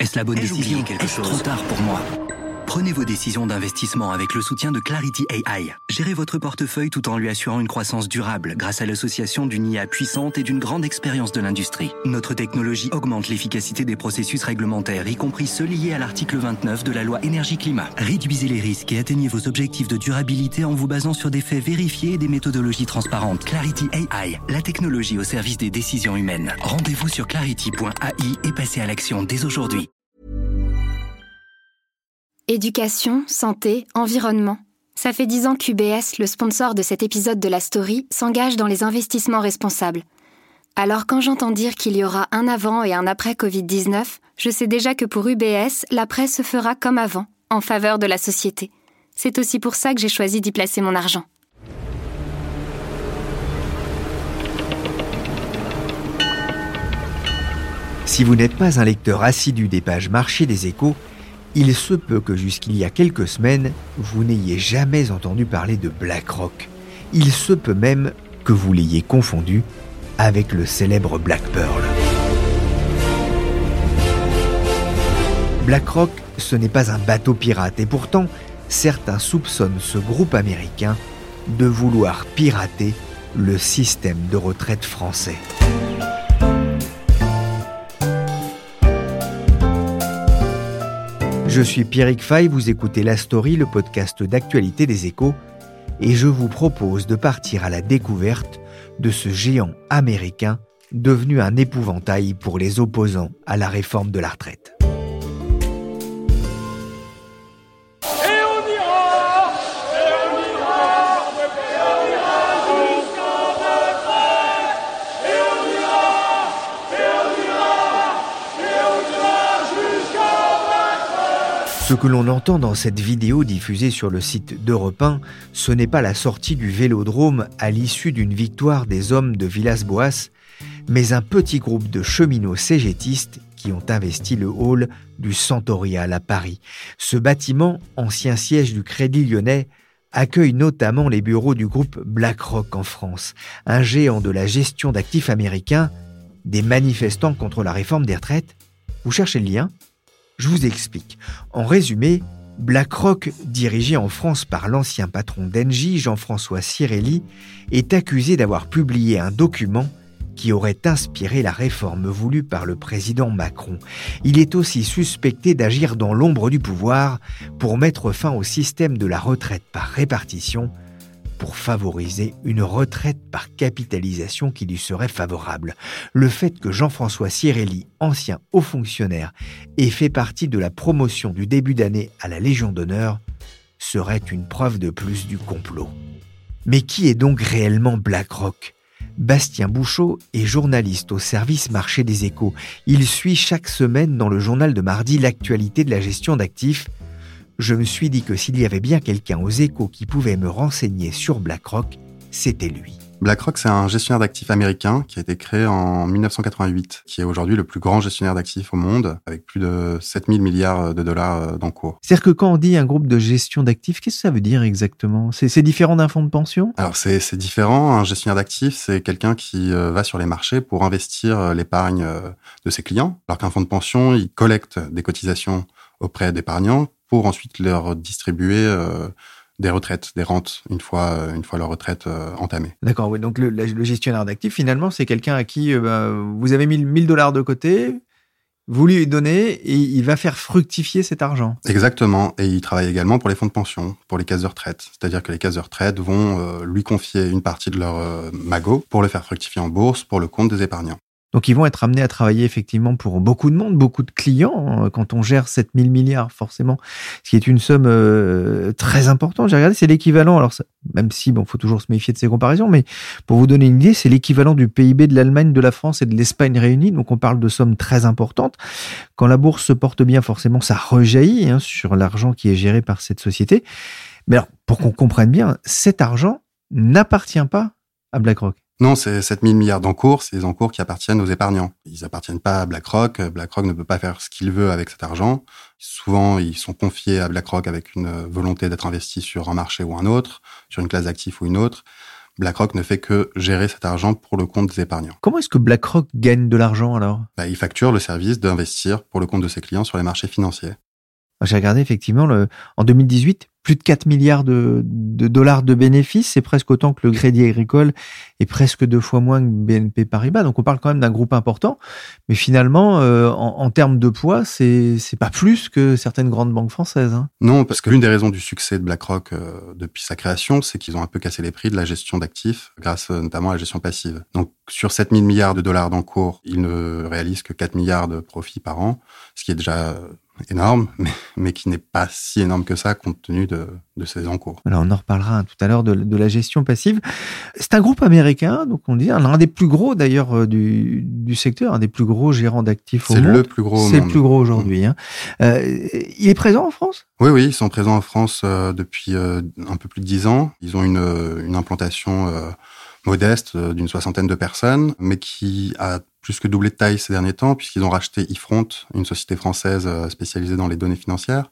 Est-ce la bonne décision? Est-ce trop tard pour moi? Prenez vos décisions d'investissement avec le soutien de Clarity AI. Gérez votre portefeuille tout en lui assurant une croissance durable grâce à l'association d'une IA puissante et d'une grande expérience de l'industrie. Notre technologie augmente l'efficacité des processus réglementaires, y compris ceux liés à l'article 29 de la loi Énergie-Climat. Réduisez les risques et atteignez vos objectifs de durabilité en vous basant sur des faits vérifiés et des méthodologies transparentes. Clarity AI, la technologie au service des décisions humaines. Rendez-vous sur clarity.ai et passez à l'action dès aujourd'hui. Éducation, santé, environnement. Ça fait 10 ans qu'UBS, le sponsor de cet épisode de la story, s'engage dans les investissements responsables. Alors quand j'entends dire qu'il y aura un avant et un après Covid-19, je sais déjà que pour UBS, l'après se fera comme avant, en faveur de la société. C'est aussi pour ça que j'ai choisi d'y placer mon argent. Si vous n'êtes pas un lecteur assidu des pages marché des Échos, il se peut que jusqu'il y a quelques semaines, vous n'ayez jamais entendu parler de BlackRock. Il se peut même que vous l'ayez confondu avec le célèbre Black Pearl. BlackRock, ce n'est pas un bateau pirate et pourtant, certains soupçonnent ce groupe américain de vouloir pirater le système de retraite français. Je suis Pierrick Fay, vous écoutez La Story, le podcast d'actualité des Échos, et je vous propose de partir à la découverte de ce géant américain devenu un épouvantail pour les opposants à la réforme de la retraite. Ce que l'on entend dans cette vidéo diffusée sur le site d'Europe 1, ce n'est pas la sortie du Vélodrome à l'issue d'une victoire des hommes de Villas-Boas, mais un petit groupe de cheminots cégétistes qui ont investi le hall du Centorial à Paris. Ce bâtiment, ancien siège du Crédit Lyonnais, accueille notamment les bureaux du groupe BlackRock en France, un géant de la gestion d'actifs américains, des manifestants contre la réforme des retraites. Vous cherchez le lien ? Je vous explique. En résumé, BlackRock, dirigé en France par l'ancien patron d'Engie, Jean-François Cirelli, est accusé d'avoir publié un document qui aurait inspiré la réforme voulue par le président Macron. Il est aussi suspecté d'agir dans l'ombre du pouvoir pour mettre fin au système de la retraite par répartition, pour favoriser une retraite par capitalisation qui lui serait favorable. Le fait que Jean-François Cirelli, ancien haut fonctionnaire, ait fait partie de la promotion du début d'année à la Légion d'honneur serait une preuve de plus du complot. Mais qui est donc réellement BlackRock ? Bastien Bouchot est journaliste au service marché des Échos. Il suit chaque semaine dans le journal de mardi l'actualité de la gestion d'actifs. Je me suis dit que s'il y avait bien quelqu'un aux Échos qui pouvait me renseigner sur BlackRock, c'était lui. BlackRock, c'est un gestionnaire d'actifs américain qui a été créé en 1988, qui est aujourd'hui le plus grand gestionnaire d'actifs au monde, avec plus de 7000 milliards de dollars d'encours. C'est-à-dire que quand on dit un groupe de gestion d'actifs, qu'est-ce que ça veut dire exactement ? C'est différent d'un fonds de pension ? Alors c'est différent. Un gestionnaire d'actifs, c'est quelqu'un qui va sur les marchés pour investir l'épargne de ses clients, alors qu'un fonds de pension, il collecte des cotisations auprès d'épargnants pour ensuite leur distribuer des retraites, des rentes, une fois leur retraite entamée. D'accord, oui. Donc le gestionnaire d'actifs, finalement, c'est quelqu'un à qui vous avez mis $1000 de côté, vous lui donnez et il va faire fructifier cet argent. Exactement. Et il travaille également pour les fonds de pension, pour les caisses de retraite. C'est-à-dire que les caisses de retraite vont lui confier une partie de leur magot pour le faire fructifier en bourse pour le compte des épargnants. Donc, ils vont être amenés à travailler effectivement pour beaucoup de monde, beaucoup de clients, quand on gère 7000 milliards, forcément, ce qui est une somme très importante. J'ai regardé, c'est l'équivalent, alors ça, même si, faut toujours se méfier de ces comparaisons, mais pour vous donner une idée, c'est l'équivalent du PIB de l'Allemagne, de la France et de l'Espagne réunis, donc on parle de sommes très importantes. Quand la bourse se porte bien, forcément, ça rejaillit sur l'argent qui est géré par cette société. Mais alors, pour qu'on comprenne bien, cet argent n'appartient pas à BlackRock. Non, c'est 7000 milliards d'encours, c'est des encours qui appartiennent aux épargnants. Ils appartiennent pas à BlackRock. BlackRock ne peut pas faire ce qu'il veut avec cet argent. Souvent, ils sont confiés à BlackRock avec une volonté d'être investis sur un marché ou un autre, sur une classe d'actifs ou une autre. BlackRock ne fait que gérer cet argent pour le compte des épargnants. Comment est-ce que BlackRock gagne de l'argent alors ? Il facture le service d'investir pour le compte de ses clients sur les marchés financiers. J'ai regardé effectivement, en 2018, plus de 4 milliards de dollars de bénéfices, c'est presque autant que le Crédit Agricole et presque 2 fois moins que BNP Paribas. Donc on parle quand même d'un groupe important, mais finalement, en termes de poids, c'est pas plus que certaines grandes banques françaises. Hein. Non, parce que l'une des raisons du succès de BlackRock depuis sa création, c'est qu'ils ont un peu cassé les prix de la gestion d'actifs grâce notamment à la gestion passive. Donc sur 7 000 milliards de dollars d'encours, ils ne réalisent que 4 milliards de profits par an, ce qui est déjà énorme, mais qui n'est pas si énorme que ça compte tenu de ses encours. Alors on en reparlera tout à l'heure de la gestion passive. C'est un groupe américain, donc on dit un des plus gros d'ailleurs du secteur, un des plus gros gérants d'actifs au monde. C'est le plus gros au monde. C'est le plus gros aujourd'hui. Hein. Il est présent en France ? Oui, ils sont présents en France depuis un peu plus de 10 ans. Ils ont une implantation modeste d'une 60aine de personnes, mais qui a plus que doublé de taille ces derniers temps, puisqu'ils ont racheté eFront, une société française spécialisée dans les données financières,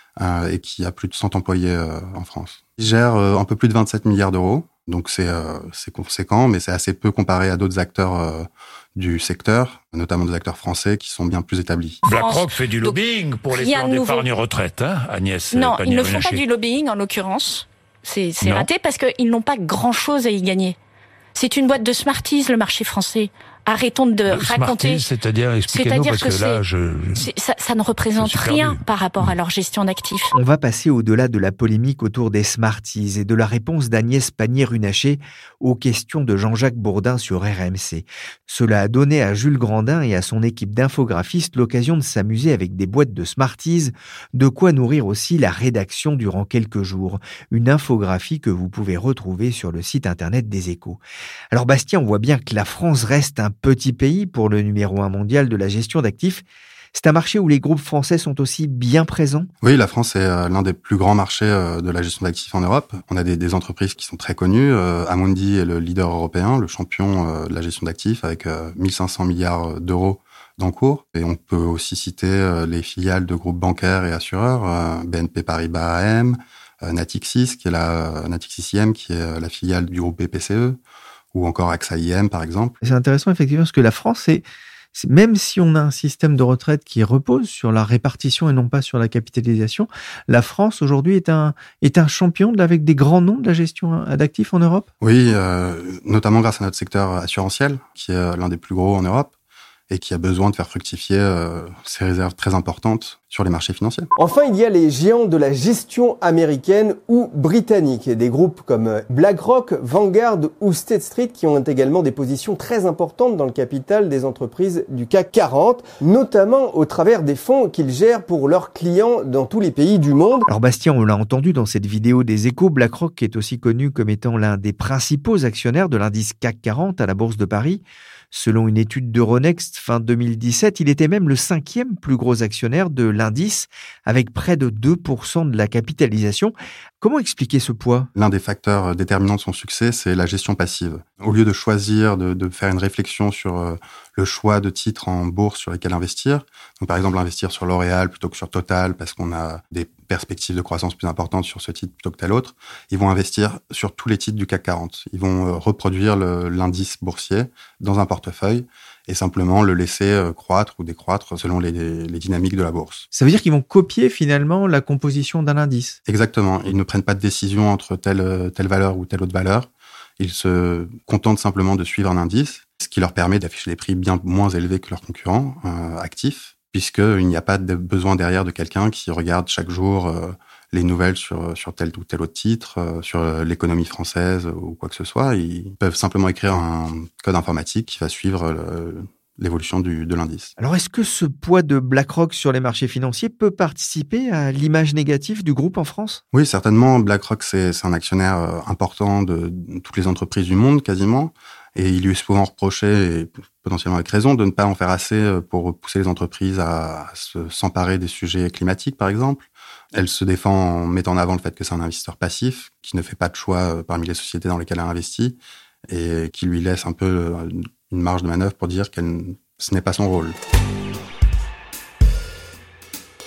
et qui a plus de 100 employés en France. Ils gèrent un peu plus de 27 milliards d'euros, donc c'est conséquent, mais c'est assez peu comparé à d'autres acteurs du secteur, notamment des acteurs français qui sont bien plus établis. BlackRock fait du lobbying pour les plans d'épargne retraite, hein, Agnès Pannier-Runacher. Non, ils ne font pas du lobbying en l'occurrence. C'est raté parce qu'ils n'ont pas grand-chose à y gagner. C'est une boîte de Smarties, le marché français. Arrêtons de raconter. Smarties, c'est-à-dire, expliquez-nous, parce que là, ça ne représente rien par rapport à leur gestion d'actifs. On va passer au-delà de la polémique autour des Smarties et de la réponse d'Agnès Pannier-Runacher aux questions de Jean-Jacques Bourdin sur RMC. Cela a donné à Jules Grandin et à son équipe d'infographistes l'occasion de s'amuser avec des boîtes de Smarties, de quoi nourrir aussi la rédaction durant quelques jours. Une infographie que vous pouvez retrouver sur le site internet des Échos. Alors Bastien, on voit bien que la France reste un petit pays pour le numéro 1 mondial de la gestion d'actifs. C'est un marché où les groupes français sont aussi bien présents ? Oui, la France est l'un des plus grands marchés de la gestion d'actifs en Europe. On a des entreprises qui sont très connues. Amundi est le leader européen, le champion de la gestion d'actifs avec 1500 milliards d'euros d'encours. Et on peut aussi citer les filiales de groupes bancaires et assureurs, BNP Paribas AM, Natixis, Natixis IM, qui est la filiale du groupe BPCE, ou encore AXA IM, par exemple. C'est intéressant, effectivement, parce que la France, même si on a un système de retraite qui repose sur la répartition et non pas sur la capitalisation, la France, aujourd'hui, est un champion avec des grands noms de la gestion d'actifs en Europe ? Oui, notamment grâce à notre secteur assurantiel, qui est l'un des plus gros en Europe, et qui a besoin de faire fructifier ses réserves très importantes sur les marchés financiers. Enfin, il y a les géants de la gestion américaine ou britannique, des groupes comme BlackRock, Vanguard ou State Street qui ont également des positions très importantes dans le capital des entreprises du CAC 40, notamment au travers des fonds qu'ils gèrent pour leurs clients dans tous les pays du monde. Alors Bastien, on l'a entendu dans cette vidéo des Échos, BlackRock est aussi connu comme étant l'un des principaux actionnaires de l'indice CAC 40 à la Bourse de Paris. Selon une étude d'Euronext fin 2017, il était même le 5e plus gros actionnaire de l'indice, avec près de 2% de la capitalisation. Comment expliquer ce poids ? L'un des facteurs déterminants de son succès, c'est la gestion passive. Au lieu de choisir, de faire une réflexion sur le choix de titres en bourse sur lesquels investir, donc par exemple investir sur L'Oréal plutôt que sur Total parce qu'on a des perspectives de croissance plus importantes sur ce titre plutôt que tel autre, ils vont investir sur tous les titres du CAC 40. Ils vont reproduire l'indice boursier dans un portefeuille et simplement le laisser croître ou décroître selon les dynamiques de la bourse. Ça veut dire qu'ils vont copier finalement la composition d'un indice ? Exactement. Ils ne prennent pas de décision entre telle valeur ou telle autre valeur. Ils se contentent simplement de suivre un indice, ce qui leur permet d'afficher des prix bien moins élevés que leurs concurrents actifs, puisqu'il n'y a pas de besoin derrière de quelqu'un qui regarde chaque jour les nouvelles sur tel ou tel autre titre, sur l'économie française ou quoi que ce soit. Ils peuvent simplement écrire un code informatique qui va suivre l'évolution de l'indice. Alors, est-ce que ce poids de BlackRock sur les marchés financiers peut participer à l'image négative du groupe en France ? Oui, certainement. BlackRock, c'est un actionnaire important de toutes les entreprises du monde, quasiment. Et il lui est souvent reproché, et potentiellement avec raison, de ne pas en faire assez pour pousser les entreprises à s'emparer des sujets climatiques, par exemple. Elle se défend en mettant en avant le fait que c'est un investisseur passif, qui ne fait pas de choix parmi les sociétés dans lesquelles elle investit, et qui lui laisse un peu une marge de manœuvre pour dire que ce n'est pas son rôle.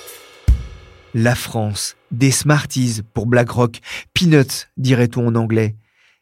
La France, des Smarties pour BlackRock, peanuts dirait-on en anglais.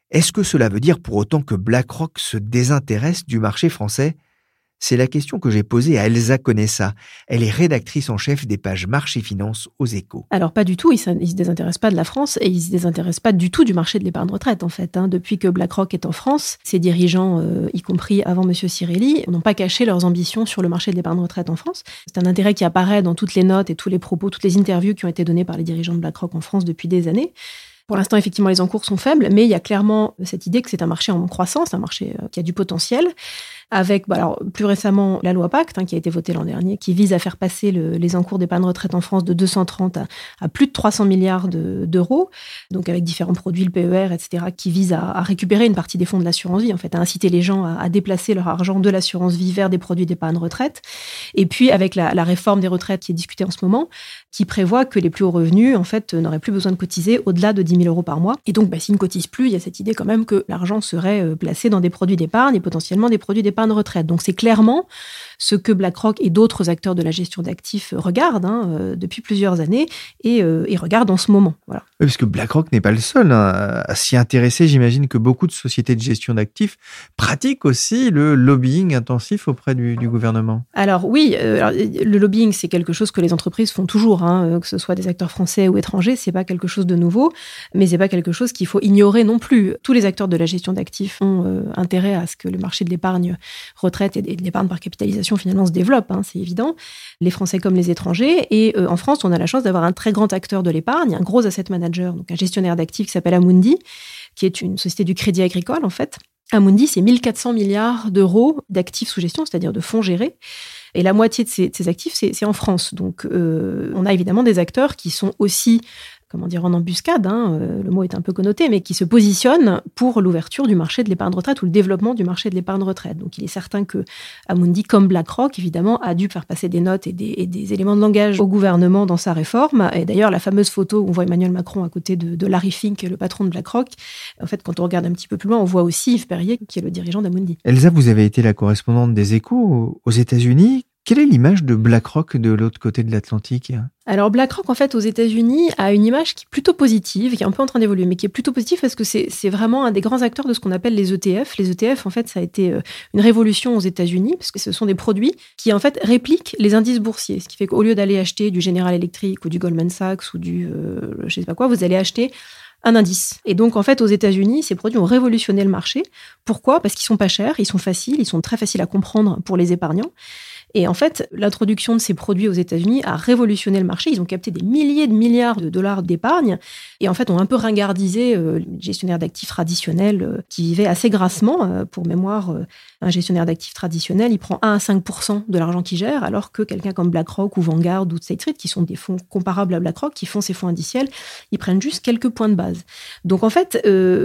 Est-ce que cela veut dire pour autant que BlackRock se désintéresse du marché français ? C'est la question que j'ai posée à Elsa Conessa. Elle est rédactrice en chef des pages Marché Finance aux Échos. Alors pas du tout, il ne se désintéresse pas de la France et il ne se désintéresse pas du tout du marché de l'épargne retraite en fait. Depuis que BlackRock est en France, ses dirigeants, y compris avant M. Cirelli, n'ont pas caché leurs ambitions sur le marché de l'épargne retraite en France. C'est un intérêt qui apparaît dans toutes les notes et tous les propos, toutes les interviews qui ont été données par les dirigeants de BlackRock en France depuis des années. Pour l'instant, effectivement, les encours sont faibles, mais il y a clairement cette idée que c'est un marché en croissance, un marché qui a du potentiel, avec alors, plus récemment la loi Pacte, qui a été votée l'an dernier, qui vise à faire passer les encours d'épargne retraite en France de 230 à plus de 300 milliards d'euros, donc avec différents produits, le PER, etc., qui visent à récupérer une partie des fonds de l'assurance vie, en fait, à inciter les gens à déplacer leur argent de l'assurance vie vers des produits d'épargne retraite. Et puis, avec la réforme des retraites qui est discutée en ce moment, qui prévoit que les plus hauts revenus, en fait, n'auraient plus besoin de cotiser au-delà de 10 000 euros par mois. Et donc, s'ils ne cotisent plus, il y a cette idée quand même que l'argent serait placé dans des produits d'épargne et potentiellement des produits d'épargne retraite. Donc, c'est clairement ce que BlackRock et d'autres acteurs de la gestion d'actifs regardent depuis plusieurs années et regardent en ce moment. Voilà. Oui, parce que BlackRock n'est pas le seul à s'y intéresser. J'imagine que beaucoup de sociétés de gestion d'actifs pratiquent aussi le lobbying intensif auprès du gouvernement. Alors oui, le lobbying, c'est quelque chose que les entreprises font toujours, que ce soit des acteurs français ou étrangers, c'est pas quelque chose de nouveau, mais c'est pas quelque chose qu'il faut ignorer non plus. Tous les acteurs de la gestion d'actifs ont intérêt à ce que le marché de l'épargne retraite et de l'épargne par capitalisation finalement se développe, c'est évident, les Français comme les étrangers. Et en France, on a la chance d'avoir un très grand acteur de l'épargne, un gros asset manager, donc un gestionnaire d'actifs qui s'appelle Amundi, qui est une société du Crédit Agricole en fait. Amundi, c'est 1400 milliards d'euros d'actifs sous gestion, c'est-à-dire de fonds gérés. Et la moitié de ces actifs, c'est en France. Donc, on a évidemment des acteurs qui sont aussi, en embuscade, le mot est un peu connoté, mais qui se positionnent pour l'ouverture du marché de l'épargne retraite ou le développement du marché de l'épargne retraite. Donc, il est certain que Amundi, comme BlackRock, évidemment, a dû faire passer des notes et des éléments de langage au gouvernement dans sa réforme. Et d'ailleurs, la fameuse photo où on voit Emmanuel Macron à côté de Larry Fink, le patron de BlackRock, en fait, quand on regarde un petit peu plus loin, on voit aussi Yves Perrier, qui est le dirigeant d'Amundi. Elsa, vous avez été la correspondante des Échos aux États-Unis. Quelle est l'image de BlackRock de l'autre côté de l'Atlantique ? Alors BlackRock, en fait, aux États-Unis, a une image qui est plutôt positive, qui est un peu en train d'évoluer, mais qui est plutôt positive parce que c'est vraiment un des grands acteurs de ce qu'on appelle les ETF. Les ETF, en fait, ça a été une révolution aux États-Unis parce que ce sont des produits qui, en fait, répliquent les indices boursiers. Ce qui fait qu'au lieu d'aller acheter du General Electric ou du Goldman Sachs ou du je sais pas quoi, vous allez acheter un indice. Et donc, en fait, aux États-Unis, ces produits ont révolutionné le marché. Pourquoi ? Parce qu'ils sont pas chers, ils sont faciles, ils sont très faciles à comprendre pour les épargnants. Et en fait, l'introduction de ces produits aux États-Unis a révolutionné le marché. Ils ont capté des milliers de milliards de dollars d'épargne et en fait ont un peu ringardisé les gestionnaires d'actifs traditionnels qui vivaient assez grassement. Pour mémoire, un gestionnaire d'actifs traditionnel, il prend 1 à 5% de l'argent qu'il gère, alors que quelqu'un comme BlackRock ou Vanguard ou State Street, qui sont des fonds comparables à BlackRock, qui font ces fonds indiciels, ils prennent juste quelques points de base. Donc en fait,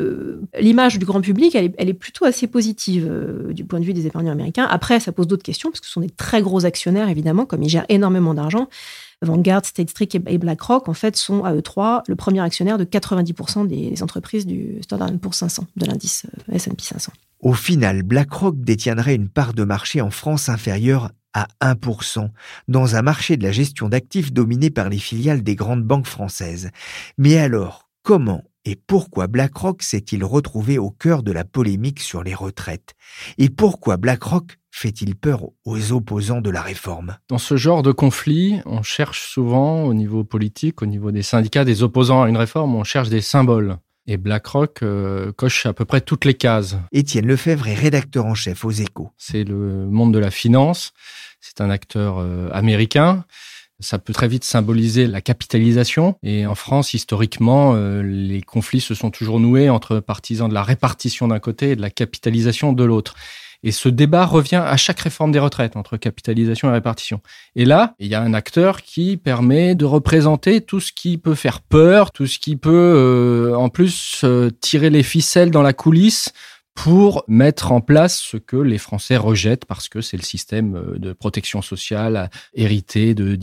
l'image du grand public, elle est plutôt assez positive du point de vue des épargnants américains. Après, ça pose d'autres questions, parce que ce sont des très gros actionnaires, évidemment, comme ils gèrent énormément d'argent. Vanguard, State Street et BlackRock, en fait, sont à eux trois le premier actionnaire de 90% des entreprises du Standard & Poor's 500, de l'indice S&P 500. Au final, BlackRock détiendrait une part de marché en France inférieure à 1%, dans un marché de la gestion d'actifs dominé par les filiales des grandes banques françaises. Mais alors, comment et pourquoi BlackRock s'est-il retrouvé au cœur de la polémique sur les retraites ? Et pourquoi BlackRock fait-il peur aux opposants de la réforme ? Dans ce genre de conflit, on cherche souvent, au niveau politique, au niveau des syndicats, des opposants à une réforme, on cherche des symboles. Et BlackRock coche à peu près toutes les cases. Étienne Lefebvre est rédacteur en chef aux Échos. C'est le monde de la finance, c'est un acteur américain. Ça peut très vite symboliser la capitalisation. Et en France, historiquement, les conflits se sont toujours noués entre partisans de la répartition d'un côté et de la capitalisation de l'autre. Et ce débat revient à chaque réforme des retraites, entre capitalisation et répartition. Et là, il y a un acteur qui permet de représenter tout ce qui peut faire peur, tout ce qui peut, en plus, tirer les ficelles dans la coulisse pour mettre en place ce que les Français rejettent parce que c'est le système de protection sociale hérité de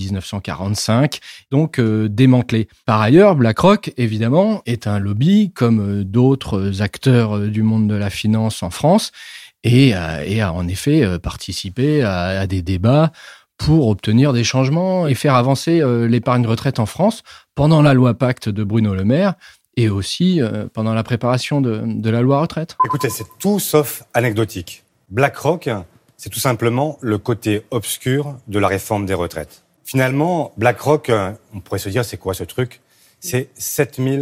1945, donc démantelé. Par ailleurs, BlackRock, évidemment, est un lobby comme d'autres acteurs du monde de la finance en France et a en effet participé à des débats pour obtenir des changements et faire avancer l'épargne retraite en France pendant la loi Pacte de Bruno Le Maire. et aussi pendant la préparation de la loi retraite. Écoutez, c'est tout sauf anecdotique. BlackRock, c'est tout simplement le côté obscur de la réforme des retraites. Finalement, BlackRock, on pourrait se dire, c'est quoi ce truc ? C'est 7 000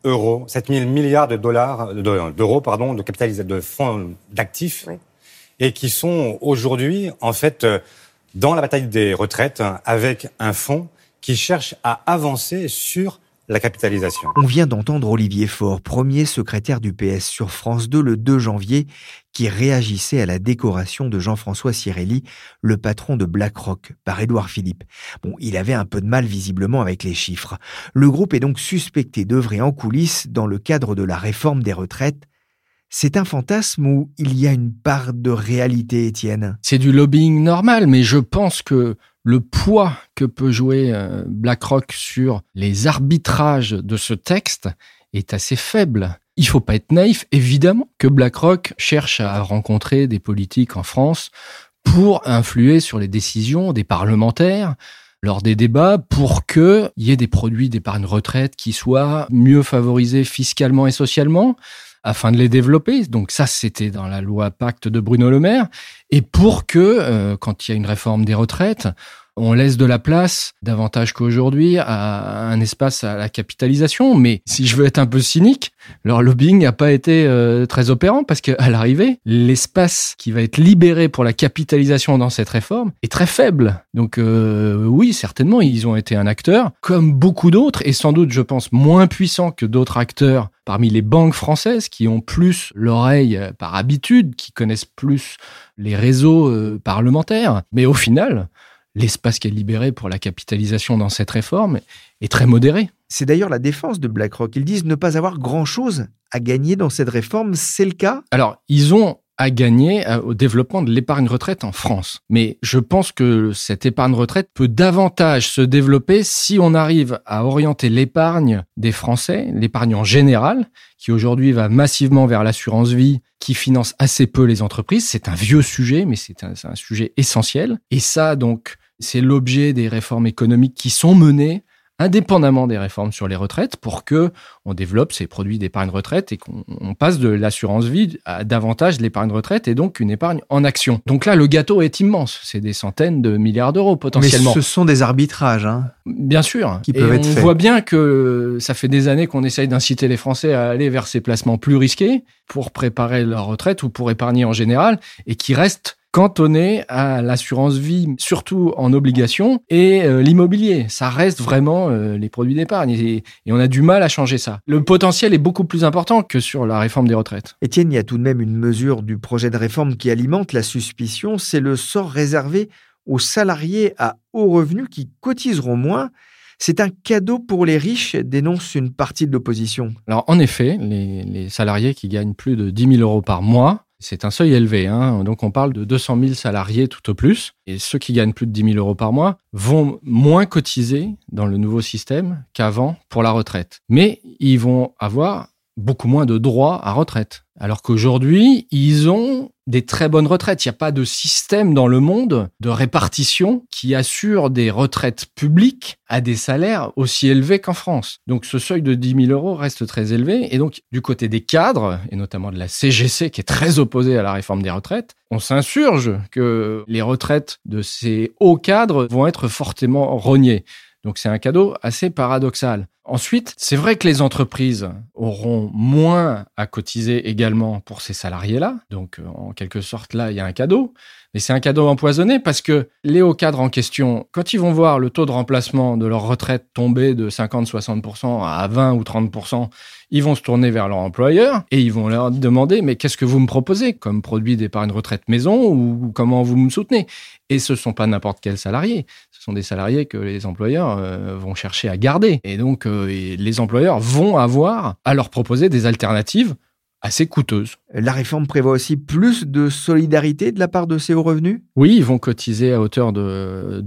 milliards d'euros, de capitalisation, de fonds d'actifs, oui. Et qui sont aujourd'hui, en fait, dans la bataille des retraites, avec un fonds qui cherche à avancer sur la capitalisation. On vient d'entendre Olivier Faure, premier secrétaire du PS sur France 2 le 2 janvier, qui réagissait à la décoration de Jean-François Cirelli, le patron de BlackRock, par Édouard Philippe. Bon, il avait un peu de mal visiblement avec les chiffres. Le groupe est donc suspecté d'œuvrer en coulisses dans le cadre de la réforme des retraites. C'est un fantasme où il y a une part de réalité, Étienne? C'est du lobbying normal, mais je pense que le poids que peut jouer BlackRock sur les arbitrages de ce texte est assez faible. Il faut pas être naïf, évidemment, que BlackRock cherche à rencontrer des politiques en France pour influer sur les décisions des parlementaires lors des débats pour qu'il y ait des produits d'épargne retraite qui soient mieux favorisés fiscalement et socialement, afin de les développer. Donc ça, c'était dans la loi Pacte de Bruno Le Maire. Et pour que, quand il y a une réforme des retraites, on laisse de la place, davantage qu'aujourd'hui, à un espace à la capitalisation. Mais si je veux être un peu cynique, leur lobbying n'a pas été très opérant parce qu'à l'arrivée, l'espace qui va être libéré pour la capitalisation dans cette réforme est très faible. Donc oui, certainement, ils ont été un acteur, comme beaucoup d'autres, et sans doute, je pense, moins puissant que d'autres acteurs parmi les banques françaises qui ont plus l'oreille par habitude, qui connaissent plus les réseaux parlementaires. Mais au final, l'espace qui est libéré pour la capitalisation dans cette réforme est très modéré. C'est d'ailleurs la défense de BlackRock. Ils disent ne pas avoir grand-chose à gagner dans cette réforme. C'est le cas ? Alors, ils ont à gagner au développement de l'épargne retraite en France. Mais je pense que cette épargne retraite peut davantage se développer si on arrive à orienter l'épargne des Français, l'épargne en général, qui aujourd'hui va massivement vers l'assurance vie, qui finance assez peu les entreprises. C'est un vieux sujet, mais c'est un sujet essentiel. Et ça, donc, c'est l'objet des réformes économiques qui sont menées indépendamment des réformes sur les retraites pour que on développe ces produits d'épargne retraite et qu'on passe de l'assurance vie à davantage de l'épargne retraite et donc une épargne en action. Donc là, le gâteau est immense. C'est des centaines de milliards d'euros potentiellement. Mais ce sont des arbitrages, hein, bien sûr. Qui peuvent être faits. On voit bien que ça fait des années qu'on essaye d'inciter les Français à aller vers ces placements plus risqués pour préparer leur retraite ou pour épargner en général et qui restent cantonné à l'assurance vie, surtout en obligation, et l'immobilier. Ça reste vraiment les produits d'épargne. Et on a du mal à changer ça. Le potentiel est beaucoup plus important que sur la réforme des retraites. Étienne, il y a tout de même une mesure du projet de réforme qui alimente la suspicion. C'est le sort réservé aux salariés à haut revenu qui cotiseront moins. C'est un cadeau pour les riches, dénonce une partie de l'opposition. Alors, en effet, les salariés qui gagnent plus de 10 000 euros par mois, c'est un seuil élevé, hein. Donc on parle de 200 000 salariés tout au plus. Et ceux qui gagnent plus de 10 000 euros par mois vont moins cotiser dans le nouveau système qu'avant pour la retraite. Mais ils vont avoir beaucoup moins de droits à retraite. Alors qu'aujourd'hui, ils ont des très bonnes retraites. Il n'y a pas de système dans le monde de répartition qui assure des retraites publiques à des salaires aussi élevés qu'en France. Donc ce seuil de 10 000 euros reste très élevé. Et donc du côté des cadres, et notamment de la CGC qui est très opposée à la réforme des retraites, on s'insurge que les retraites de ces hauts cadres vont être fortement rognées. Donc c'est un cadeau assez paradoxal. Ensuite, c'est vrai que les entreprises auront moins à cotiser également pour ces salariés-là. Donc en quelque sorte, là, il y a un cadeau. Mais c'est un cadeau empoisonné parce que les hauts cadres en question, quand ils vont voir le taux de remplacement de leur retraite tomber de 50-60% à 20 ou 30%, ils vont se tourner vers leur employeur et ils vont leur demander « Mais qu'est-ce que vous me proposez comme produit d'épargne retraite maison ou comment vous me soutenez ?» Et ce ne sont pas n'importe quels salariés. Ce sont des salariés que les employeurs vont chercher à garder. Et donc, les employeurs vont avoir à leur proposer des alternatives assez coûteuses. La réforme prévoit aussi plus de solidarité de la part de ces hauts revenus ? Oui, ils vont cotiser à hauteur de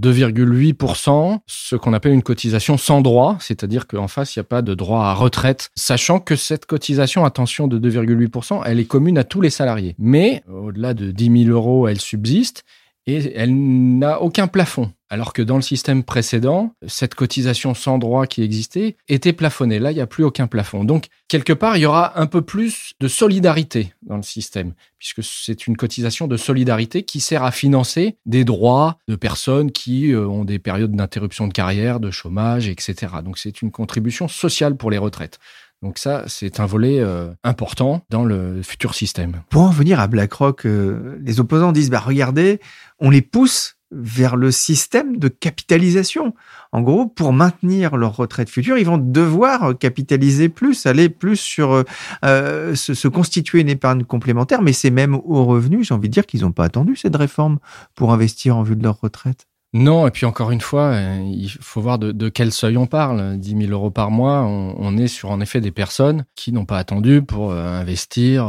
2,8%, ce qu'on appelle une cotisation sans droit, c'est-à-dire qu'en face, il n'y a pas de droit à retraite, sachant que cette cotisation, attention, de 2,8%, elle est commune à tous les salariés. Mais au-delà de 10 000 euros, elle subsiste. et elle n'a aucun plafond. Alors que dans le système précédent, cette cotisation sans droit qui existait était plafonnée. Là, il n'y a plus aucun plafond. Donc, quelque part, il y aura un peu plus de solidarité dans le système, puisque c'est une cotisation de solidarité qui sert à financer des droits de personnes qui ont des périodes d'interruption de carrière, de chômage, etc. Donc, c'est une contribution sociale pour les retraites. Donc ça, c'est un volet important dans le futur système. Pour en venir à BlackRock, les opposants disent, regardez, on les pousse vers le système de capitalisation. En gros, pour maintenir leur retraite future, ils vont devoir capitaliser plus, aller plus sur se constituer une épargne complémentaire, mais c'est même aux revenus, j'ai envie de dire qu'ils n'ont pas attendu cette réforme pour investir en vue de leur retraite. Non, et puis encore une fois, il faut voir de quel seuil on parle. 10 000 euros par mois, on est sur en effet des personnes qui n'ont pas attendu pour investir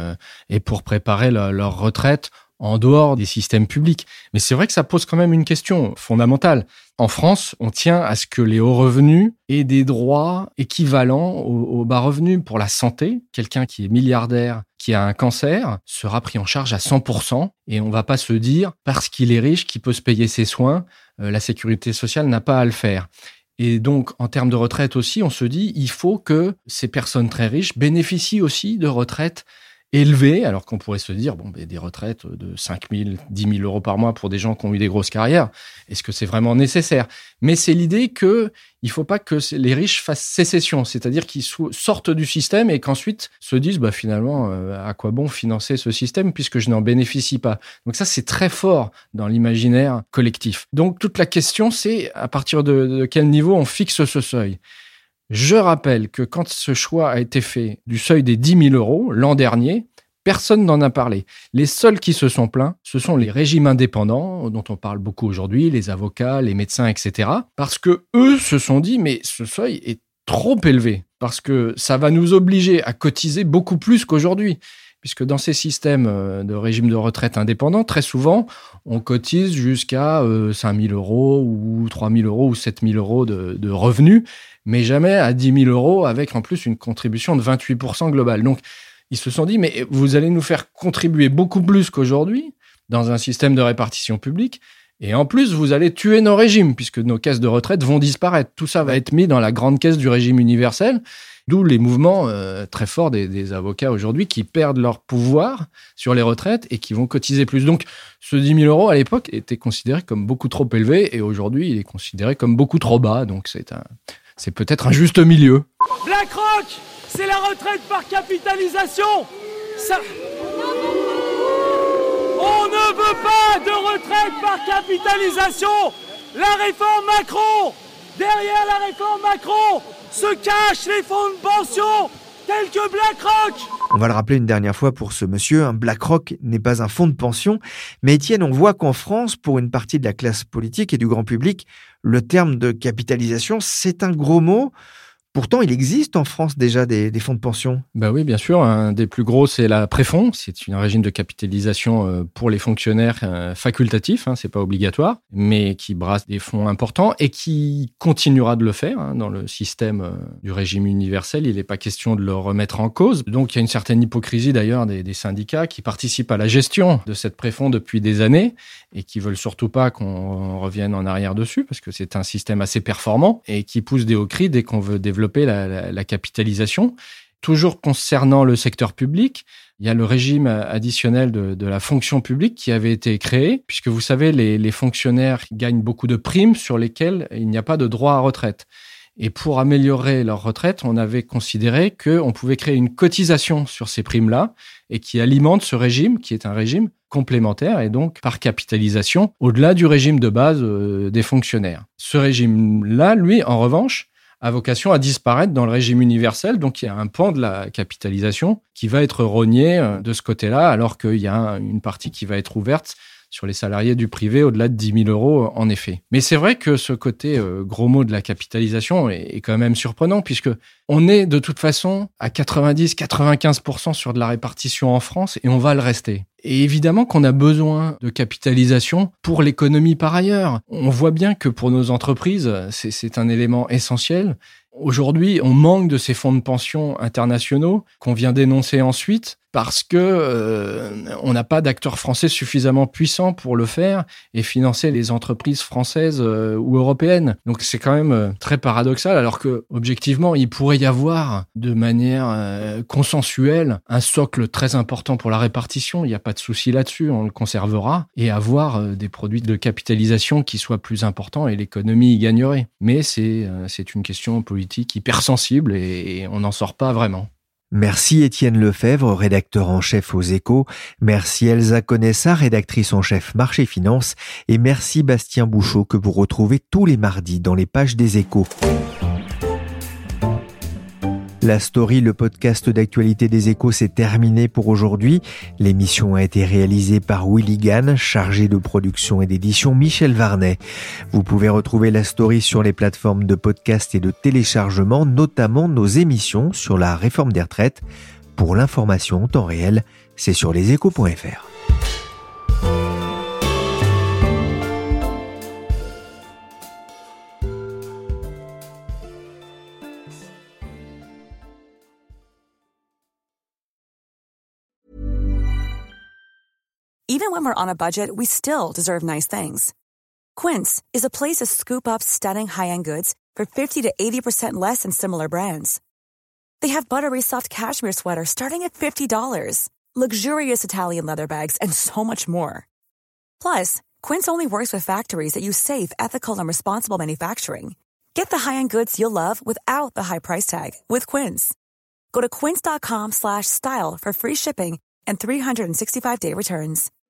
et pour préparer leur retraite en dehors des systèmes publics. Mais c'est vrai que ça pose quand même une question fondamentale. En France, on tient à ce que les hauts revenus aient des droits équivalents aux bas revenus pour la santé. Quelqu'un qui est milliardaire, qui a un cancer, sera pris en charge à 100%. Et on ne va pas se dire, parce qu'il est riche, qu'il peut se payer ses soins, la sécurité sociale n'a pas à le faire. Et donc, en termes de retraite aussi, on se dit, il faut que ces personnes très riches bénéficient aussi de retraites élevées, alors qu'on pourrait se dire, des retraites de 5 000, 10 000 euros par mois pour des gens qui ont eu des grosses carrières, est-ce que c'est vraiment nécessaire ? Mais c'est l'idée qu'il ne faut pas que les riches fassent sécession, c'est-à-dire qu'ils sortent du système et qu'ensuite se disent, finalement, à quoi bon financer ce système puisque je n'en bénéficie pas ? Donc ça, c'est très fort dans l'imaginaire collectif. Donc toute la question, c'est à partir de quel niveau on fixe ce seuil ? Je rappelle que quand ce choix a été fait du seuil des 10 000 euros l'an dernier, personne n'en a parlé. Les seuls qui se sont plaints, ce sont les régimes indépendants, dont on parle beaucoup aujourd'hui, les avocats, les médecins, etc. Parce que eux se sont dit, mais ce seuil est trop élevé, parce que ça va nous obliger à cotiser beaucoup plus qu'aujourd'hui. Puisque dans ces systèmes de régime de retraite indépendants, très souvent, on cotise jusqu'à 5 000 euros ou 3 000 euros ou 7 000 euros de revenus, mais jamais à 10 000 euros avec en plus une contribution de 28% globale. Donc, ils se sont dit, mais vous allez nous faire contribuer beaucoup plus qu'aujourd'hui dans un système de répartition publique, et en plus, vous allez tuer nos régimes, puisque nos caisses de retraite vont disparaître. Tout ça va être mis dans la grande caisse du régime universel, d'où les mouvements très forts des avocats aujourd'hui qui perdent leur pouvoir sur les retraites et qui vont cotiser plus. Donc, ce 10 000 euros à l'époque était considéré comme beaucoup trop élevé, et aujourd'hui, il est considéré comme beaucoup trop bas. Donc, c'est peut-être un juste milieu. BlackRock, c'est la retraite par capitalisation. Ça... On ne veut pas de retraite par capitalisation. La réforme Macron, derrière la réforme Macron, se cachent les fonds de pension tels que BlackRock. On va le rappeler une dernière fois pour ce monsieur, BlackRock n'est pas un fonds de pension. Mais Étienne, on voit qu'en France, pour une partie de la classe politique et du grand public, le terme de capitalisation, c'est un gros mot. Pourtant, il existe en France déjà des fonds de pension. Oui, bien sûr. Un des plus gros, c'est la Préfonds. C'est un régime de capitalisation pour les fonctionnaires facultatif, c'est pas obligatoire, mais qui brasse des fonds importants et qui continuera de le faire dans le système du régime universel. Il n'est pas question de le remettre en cause. Donc, il y a une certaine hypocrisie d'ailleurs des syndicats qui participent à la gestion de cette Préfonds depuis des années et qui veulent surtout pas qu'on revienne en arrière dessus parce que c'est un système assez performant et qui pousse des hauts cris dès qu'on veut développer la capitalisation. Toujours concernant le secteur public, il y a le régime additionnel de la fonction publique qui avait été créé, puisque vous savez, les fonctionnaires gagnent beaucoup de primes sur lesquelles il n'y a pas de droit à retraite. Et pour améliorer leur retraite, on avait considéré qu'on pouvait créer une cotisation sur ces primes-là et qui alimente ce régime, qui est un régime complémentaire et donc par capitalisation, au-delà du régime de base des fonctionnaires. Ce régime-là, lui, en revanche, a vocation à disparaître dans le régime universel. Donc, il y a un pan de la capitalisation qui va être rogné de ce côté-là, alors qu'il y a une partie qui va être ouverte sur les salariés du privé au-delà de 10 000 euros, en effet. Mais c'est vrai que ce côté gros mot de la capitalisation est quand même surprenant, puisque on est de toute façon à 90-95% sur de la répartition en France et on va le rester. Et évidemment qu'on a besoin de capitalisation pour l'économie par ailleurs. On voit bien que pour nos entreprises, c'est un élément essentiel. Aujourd'hui, on manque de ces fonds de pension internationaux qu'on vient d'énoncer ensuite. parce que on n'a pas d'acteurs français suffisamment puissants pour le faire et financer les entreprises françaises ou européennes. Donc c'est quand même très paradoxal, alors que objectivement, il pourrait y avoir de manière consensuelle un socle très important pour la répartition. Il n'y a pas de souci là-dessus, on le conservera, et avoir des produits de capitalisation qui soient plus importants et l'économie y gagnerait. Mais c'est une question politique hypersensible et on n'en sort pas vraiment. Merci Étienne Lefebvre, rédacteur en chef aux Échos. Merci Elsa Conessa, rédactrice en chef Marché Finance. Et merci Bastien Bouchot, que vous retrouvez tous les mardis dans les pages des Échos. La Story, le podcast d'actualité des Échos, c'est terminé pour aujourd'hui. L'émission a été réalisée par Willy Gann, chargé de production et d'édition Michel Varnet. Vous pouvez retrouver La Story sur les plateformes de podcast et de téléchargement, notamment nos émissions sur la réforme des retraites. Pour l'information en temps réel, c'est sur leséchos.fr. Even when we're on a budget, we still deserve nice things. Quince is a place to scoop up stunning high-end goods for 50 to 80% less than similar brands. They have buttery soft cashmere sweaters starting at $50, luxurious Italian leather bags, and so much more. Plus, Quince only works with factories that use safe, ethical, and responsible manufacturing. Get the high-end goods you'll love without the high price tag with Quince. Go to quince.com/style for free shipping and 365-day returns.